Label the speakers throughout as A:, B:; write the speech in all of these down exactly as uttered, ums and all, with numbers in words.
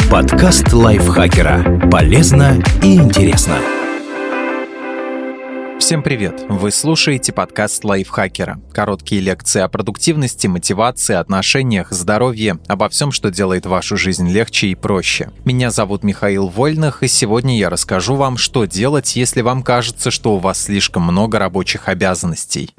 A: Подкаст лайфхакера. Полезно и интересно.
B: Всем привет! Вы слушаете подкаст лайфхакера. Короткие лекции о продуктивности, мотивации, отношениях, здоровье, обо всем, что делает вашу жизнь легче и проще. Меня зовут Михаил Вольных, и сегодня я расскажу вам, что делать, если вам кажется, что у вас слишком много рабочих обязанностей.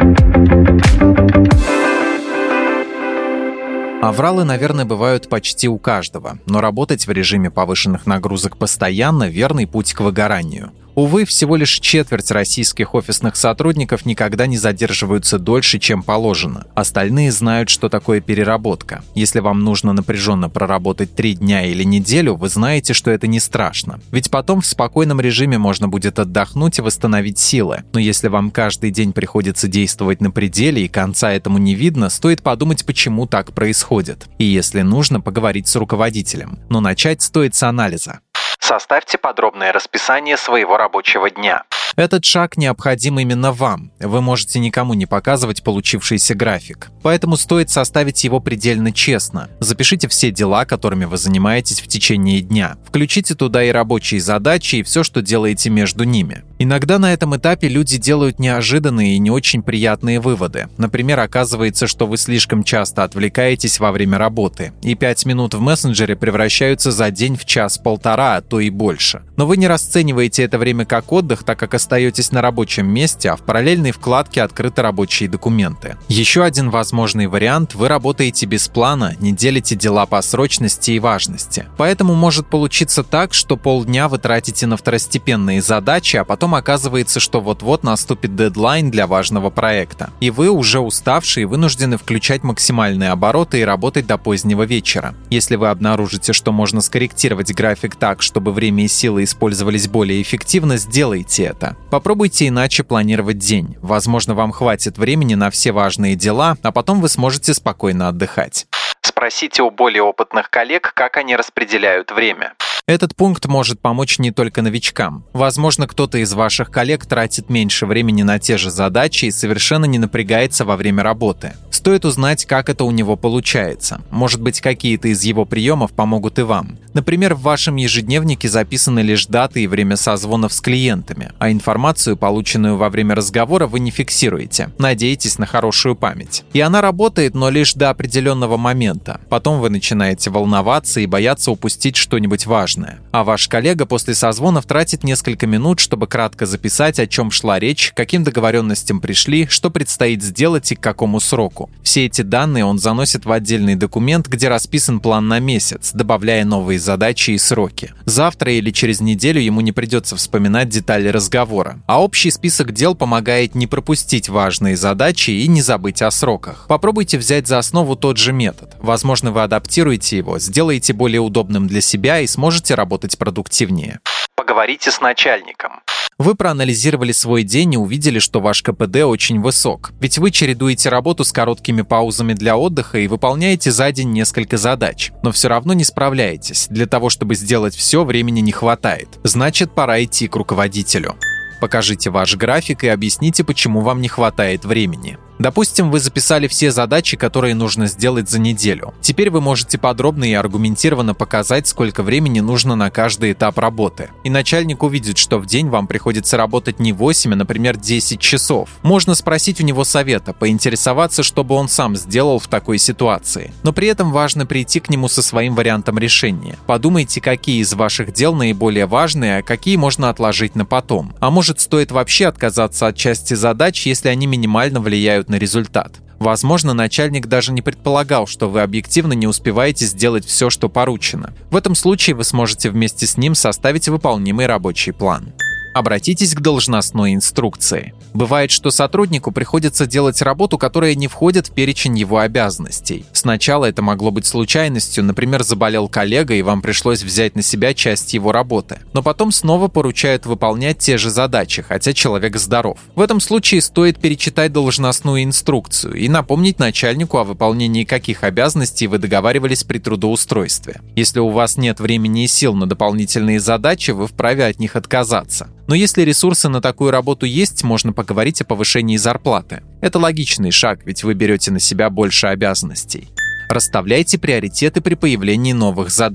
B: Авралы, наверное, бывают почти у каждого, но работать в режиме повышенных нагрузок постоянно – верный путь к выгоранию. Увы, всего лишь четверть российских офисных сотрудников никогда не задерживаются дольше, чем положено. Остальные знают, что такое переработка. Если вам нужно напряженно проработать три дня или неделю, вы знаете, что это не страшно. Ведь потом в спокойном режиме можно будет отдохнуть и восстановить силы. Но если вам каждый день приходится действовать на пределе и конца этому не видно, стоит подумать, почему так происходит. И если нужно, поговорить с руководителем. Но начать стоит с анализа. Составьте подробное расписание своего рабочего дня. Этот шаг необходим именно вам. Вы можете никому не показывать получившийся график. Поэтому стоит составить его предельно честно. Запишите все дела, которыми вы занимаетесь в течение дня. Включите туда и рабочие задачи, и все, что делаете между ними. Иногда на этом этапе люди делают неожиданные и не очень приятные выводы. Например, оказывается, что вы слишком часто отвлекаетесь во время работы, и пять минут в мессенджере превращаются за день в час-полтора, а то и больше. Но вы не расцениваете это время как отдых, так как остаетесь на рабочем месте, а в параллельной вкладке открыты рабочие документы. Еще один возможный вариант – вы работаете без плана, не делите дела по срочности и важности. Поэтому может получиться так, что полдня вы тратите на второстепенные задачи, а потом оказывается, что вот-вот наступит дедлайн для важного проекта. И вы, уже уставшие, вынуждены включать максимальные обороты и работать до позднего вечера. Если вы обнаружите, что можно скорректировать график так, чтобы время и силы использовались более эффективно, сделайте это. Попробуйте иначе планировать день. Возможно, вам хватит времени на все важные дела, а потом вы сможете спокойно отдыхать. Спросите у более опытных коллег, как они распределяют время. Этот пункт может помочь не только новичкам. Возможно, кто-то из ваших коллег тратит меньше времени на те же задачи и совершенно не напрягается во время работы. Стоит узнать, как это у него получается. Может быть, какие-то из его приемов помогут и вам. Например, в вашем ежедневнике записаны лишь даты и время созвонов с клиентами, а информацию, полученную во время разговора, вы не фиксируете. Надеетесь на хорошую память. И она работает, но лишь до определенного момента. Потом вы начинаете волноваться и бояться упустить что-нибудь важное. А ваш коллега после созвонов тратит несколько минут, чтобы кратко записать, о чем шла речь, каким договоренностям пришли, что предстоит сделать и к какому сроку. Все эти данные он заносит в отдельный документ, где расписан план на месяц, добавляя новые задачи и сроки. Завтра или через неделю ему не придется вспоминать детали разговора. А общий список дел помогает не пропустить важные задачи и не забыть о сроках. Попробуйте взять за основу тот же метод. Возможно, вы адаптируете его, сделаете более удобным для себя и сможете работать продуктивнее. Поговорите с начальником. Вы проанализировали свой день и увидели, что ваш ка пэ дэ очень высок. Ведь вы чередуете работу с короткими паузами для отдыха и выполняете за день несколько задач. Но все равно не справляетесь. Для того, чтобы сделать все, времени не хватает. Значит, пора идти к руководителю. Покажите ваш график и объясните, почему вам не хватает времени. Допустим, вы записали все задачи, которые нужно сделать за неделю. Теперь вы можете подробно и аргументированно показать, сколько времени нужно на каждый этап работы. И начальник увидит, что в день вам приходится работать не восемь, а, например, десять часов. Можно спросить у него совета, поинтересоваться, что бы он сам сделал в такой ситуации. Но при этом важно прийти к нему со своим вариантом решения. Подумайте, какие из ваших дел наиболее важные, а какие можно отложить на потом. А может, стоит вообще отказаться от части задач, если они минимально влияют на результат. Возможно, начальник даже не предполагал, что вы объективно не успеваете сделать все, что поручено. В этом случае вы сможете вместе с ним составить выполнимый рабочий план. Обратитесь к должностной инструкции. Бывает, что сотруднику приходится делать работу, которая не входит в перечень его обязанностей. Сначала это могло быть случайностью, например, заболел коллега, и вам пришлось взять на себя часть его работы. Но потом снова поручают выполнять те же задачи, хотя человек здоров. В этом случае стоит перечитать должностную инструкцию и напомнить начальнику о выполнении каких обязанностей вы договаривались при трудоустройстве. Если у вас нет времени и сил на дополнительные задачи, вы вправе от них отказаться. Но если ресурсы на такую работу есть, можно поговорить о повышении зарплаты. Это логичный шаг, ведь вы берете на себя больше обязанностей. Расставляйте приоритеты при появлении новых задач.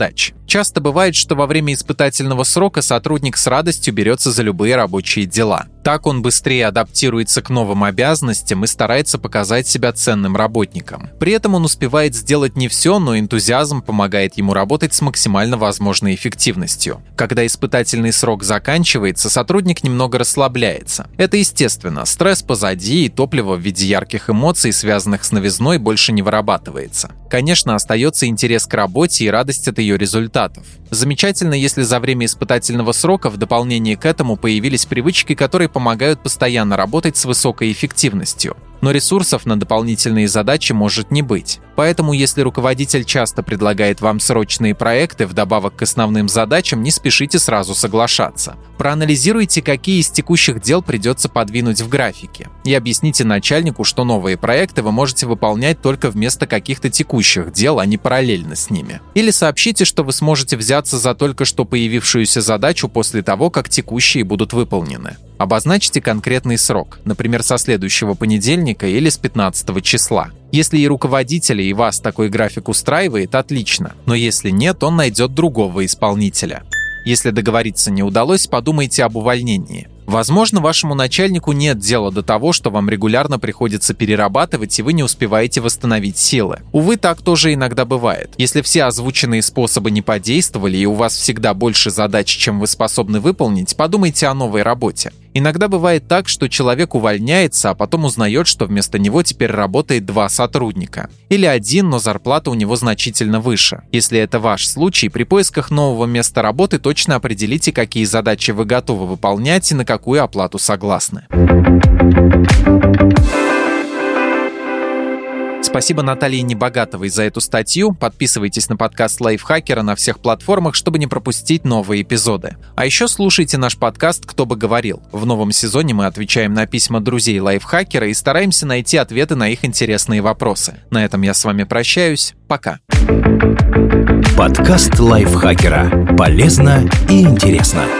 B: Часто бывает, что во время испытательного срока сотрудник с радостью берется за любые рабочие дела. Так он быстрее адаптируется к новым обязанностям и старается показать себя ценным работником. При этом он успевает сделать не все, но энтузиазм помогает ему работать с максимально возможной эффективностью. Когда испытательный срок заканчивается, сотрудник немного расслабляется. Это естественно, стресс позади, и топливо в виде ярких эмоций, связанных с новизной, больше не вырабатывается. Конечно, остается интерес к работе и радость от ее результатов. Замечательно, если за время испытательного срока в дополнение к этому появились привычки, которые помогают постоянно работать с высокой эффективностью. Но ресурсов на дополнительные задачи может не быть. Поэтому, если руководитель часто предлагает вам срочные проекты вдобавок к основным задачам, не спешите сразу соглашаться. Проанализируйте, какие из текущих дел придется подвинуть в графике, и объясните начальнику, что новые проекты вы можете выполнять только вместо каких-то текущих дел, а не параллельно с ними. Или сообщите, что вы сможете взяться за только что появившуюся задачу после того, как текущие будут выполнены. Обозначьте конкретный срок, например, со следующего понедельника или с пятнадцатого числа. Если и руководителя, и вас такой график устраивает, отлично, но если нет, он найдет другого исполнителя. Если договориться не удалось, подумайте об увольнении. Возможно, вашему начальнику нет дела до того, что вам регулярно приходится перерабатывать, и вы не успеваете восстановить силы. Увы, так тоже иногда бывает. Если все озвученные способы не подействовали, и у вас всегда больше задач, чем вы способны выполнить, подумайте о новой работе. Иногда бывает так, что человек увольняется, а потом узнает, что вместо него теперь работает два сотрудника. Или один, но зарплата у него значительно выше. Если это ваш случай, при поисках нового места работы точно определите, какие задачи вы готовы выполнять и на какую оплату согласны. Спасибо Наталье Небогатовой за эту статью. Подписывайтесь на подкаст Лайфхакера на всех платформах, чтобы не пропустить новые эпизоды. А еще слушайте наш подкаст «Кто бы говорил». В новом сезоне мы отвечаем на письма друзей Лайфхакера и стараемся найти ответы на их интересные вопросы. На этом я с вами прощаюсь. Пока.
A: Подкаст Лайфхакера. Полезно и интересно.